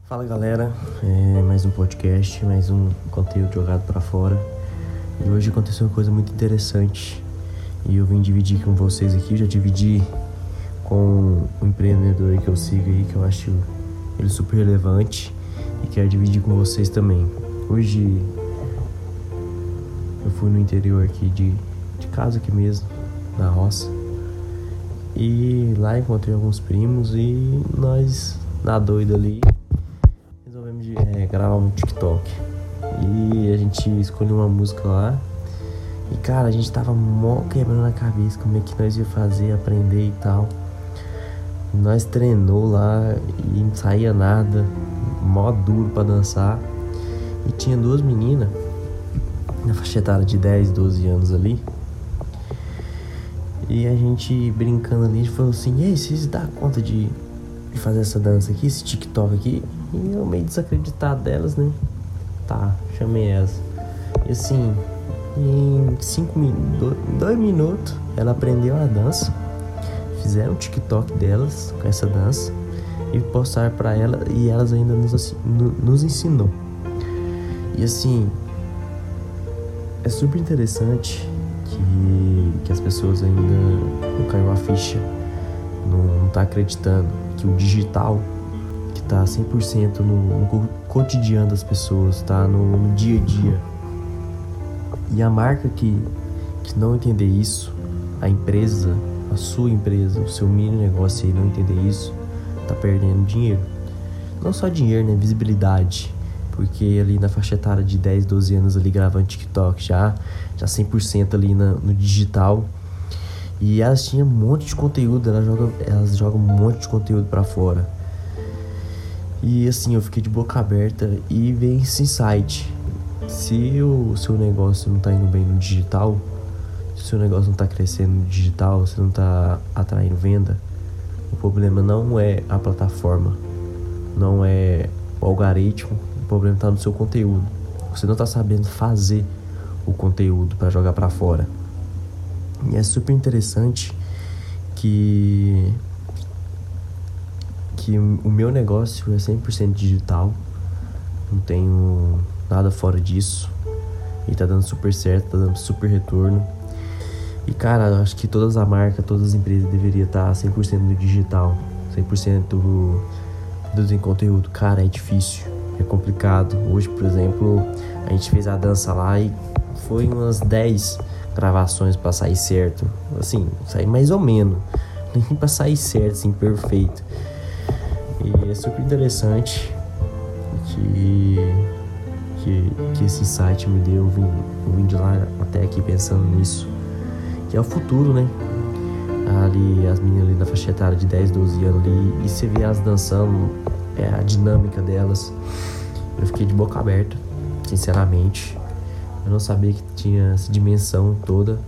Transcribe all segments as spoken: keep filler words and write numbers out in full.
Fala galera, é mais um podcast, mais um conteúdo jogado pra fora. E hoje aconteceu uma coisa muito interessante e eu vim dividir com vocês aqui. Eu já dividi com um empreendedor que eu sigo aí, que eu acho ele super relevante, e quero dividir com vocês também. Hoje eu fui no interior aqui de, de casa aqui mesmo, na roça, e lá encontrei alguns primos e nós, na doida ali, resolvemos de, é, gravar um TikTok. E a gente escolheu uma música lá. E cara, a gente tava mó quebrando a cabeça como é que nós ia fazer, aprender e tal. E nós treinou lá e não saía nada, mó duro pra dançar. E tinha duas meninas na faixa etária de dez, doze anos ali. E a gente brincando ali, a gente falou assim: ei, vocês dão conta de, de fazer essa dança aqui, esse TikTok aqui? E eu meio desacreditado delas, né? Tá, chamei elas. E assim, em cinco minutos, dois minutos, ela aprendeu a dança. Fizeram um TikTok delas com essa dança e postaram pra ela, e elas ainda nos, nos ensinou. E assim, é super interessante que, que as pessoas ainda não caiu a ficha, não, não tá acreditando que o digital, que tá cem por cento no, no cotidiano das pessoas, tá no, no dia a dia. E a marca que, que não entender isso, a empresa, a sua empresa, o seu mini negócio aí não entender isso, tá perdendo dinheiro. Não só dinheiro, né? Visibilidade. Porque ali na faixa etária de dez, doze anos ali gravando TikTok já, já cem por cento ali na, no digital. E elas tinham um monte de conteúdo, elas jogam, elas jogam um monte de conteúdo pra fora. E assim, eu fiquei de boca aberta e veio esse insight. Se o seu negócio não tá indo bem no digital, se o seu negócio não tá crescendo no digital, você não tá atraindo venda, o problema não é a plataforma, não é o algoritmo, o problema tá no seu conteúdo. Você não tá sabendo fazer o conteúdo para jogar para fora. E é super interessante que que o meu negócio é cem por cento digital, não tenho nada fora disso, e tá dando super certo, tá dando super retorno. E cara, eu acho que todas as marcas, todas as empresas deveriam estar cem por cento no digital, cem por cento produzindo conteúdo. Cara, é difícil, é complicado. Hoje, por exemplo, a gente fez a dança lá e foi umas dez gravações pra sair certo. Assim, sair mais ou menos, nem pra sair certo, assim, perfeito. E é super interessante que, que, que esse insight me deu. Eu vim, eu vim de lá até aqui pensando nisso, que é o futuro, né? Ali, as meninas ali na faixa etária de dez, doze anos ali, e você vê elas dançando, é a dinâmica delas. Eu fiquei de boca aberta, sinceramente. Eu não sabia que tinha essa dimensão toda.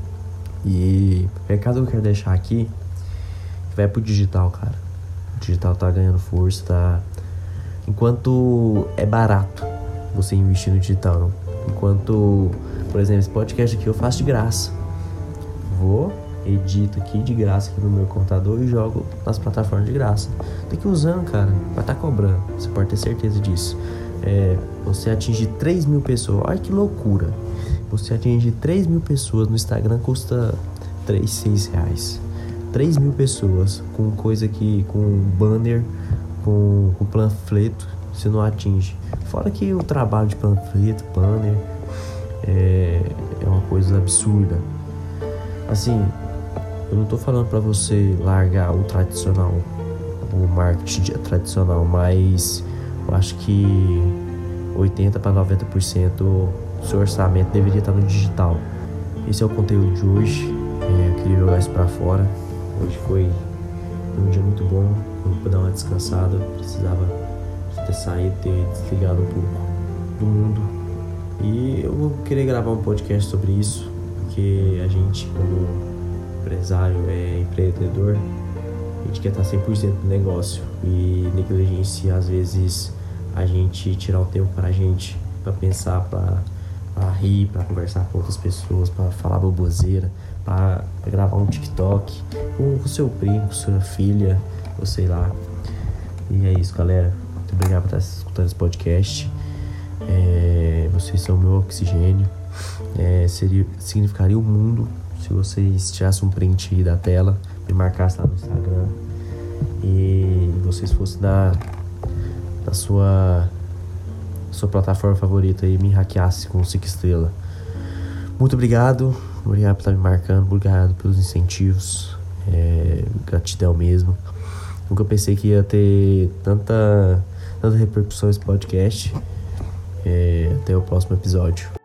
E o recado que eu quero deixar aqui, vai pro digital, cara. O digital tá ganhando força, tá? Enquanto é barato você investir no digital, enquanto, por exemplo, esse podcast aqui eu faço de graça. Vou, edito aqui de graça aqui no meu computador e jogo nas plataformas de graça. Daqui uns anos, cara, vai estar cobrando. Você pode ter certeza disso. É, você atingir três mil pessoas, olha que loucura. Você atingir três mil pessoas no Instagram custa três, seis reais. três mil pessoas com coisa que, com banner, com, com panfleto, você não atinge. Fora que o trabalho de panfleto, banner, é, é uma coisa absurda. Assim, eu não tô falando pra você largar o tradicional, o marketing tradicional, mas eu acho que oitenta para noventa por cento do seu orçamento deveria estar no digital. Esse é o conteúdo de hoje. É, eu queria jogar isso pra fora. Hoje foi um dia muito bom, para dar uma descansada. Precisava ter saído, ter desligado um pouco do mundo. E eu vou querer gravar um podcast sobre isso, porque a gente, como empresário, é empreendedor, a gente quer estar cem por cento no negócio e negligencia às vezes a gente tirar o tempo pra gente, pra pensar, pra, pra rir, pra conversar com outras pessoas, pra falar boboseira, pra, pra gravar um TikTok com o seu primo, com sua filha, ou sei lá. E é isso, galera. Muito obrigado por estar escutando esse podcast. É, vocês são o meu oxigênio. É, seria, significaria o mundo se vocês tirassem um print aí da tela, me marcassem lá no Instagram e vocês fossem da, da sua, sua plataforma favorita e me hackeassem com cinco estrelas. Muito obrigado. Obrigado por estar me marcando. Obrigado pelos incentivos. É, gratidão mesmo. Nunca pensei que ia ter tanta, tanta repercussão esse podcast. É, até o próximo episódio.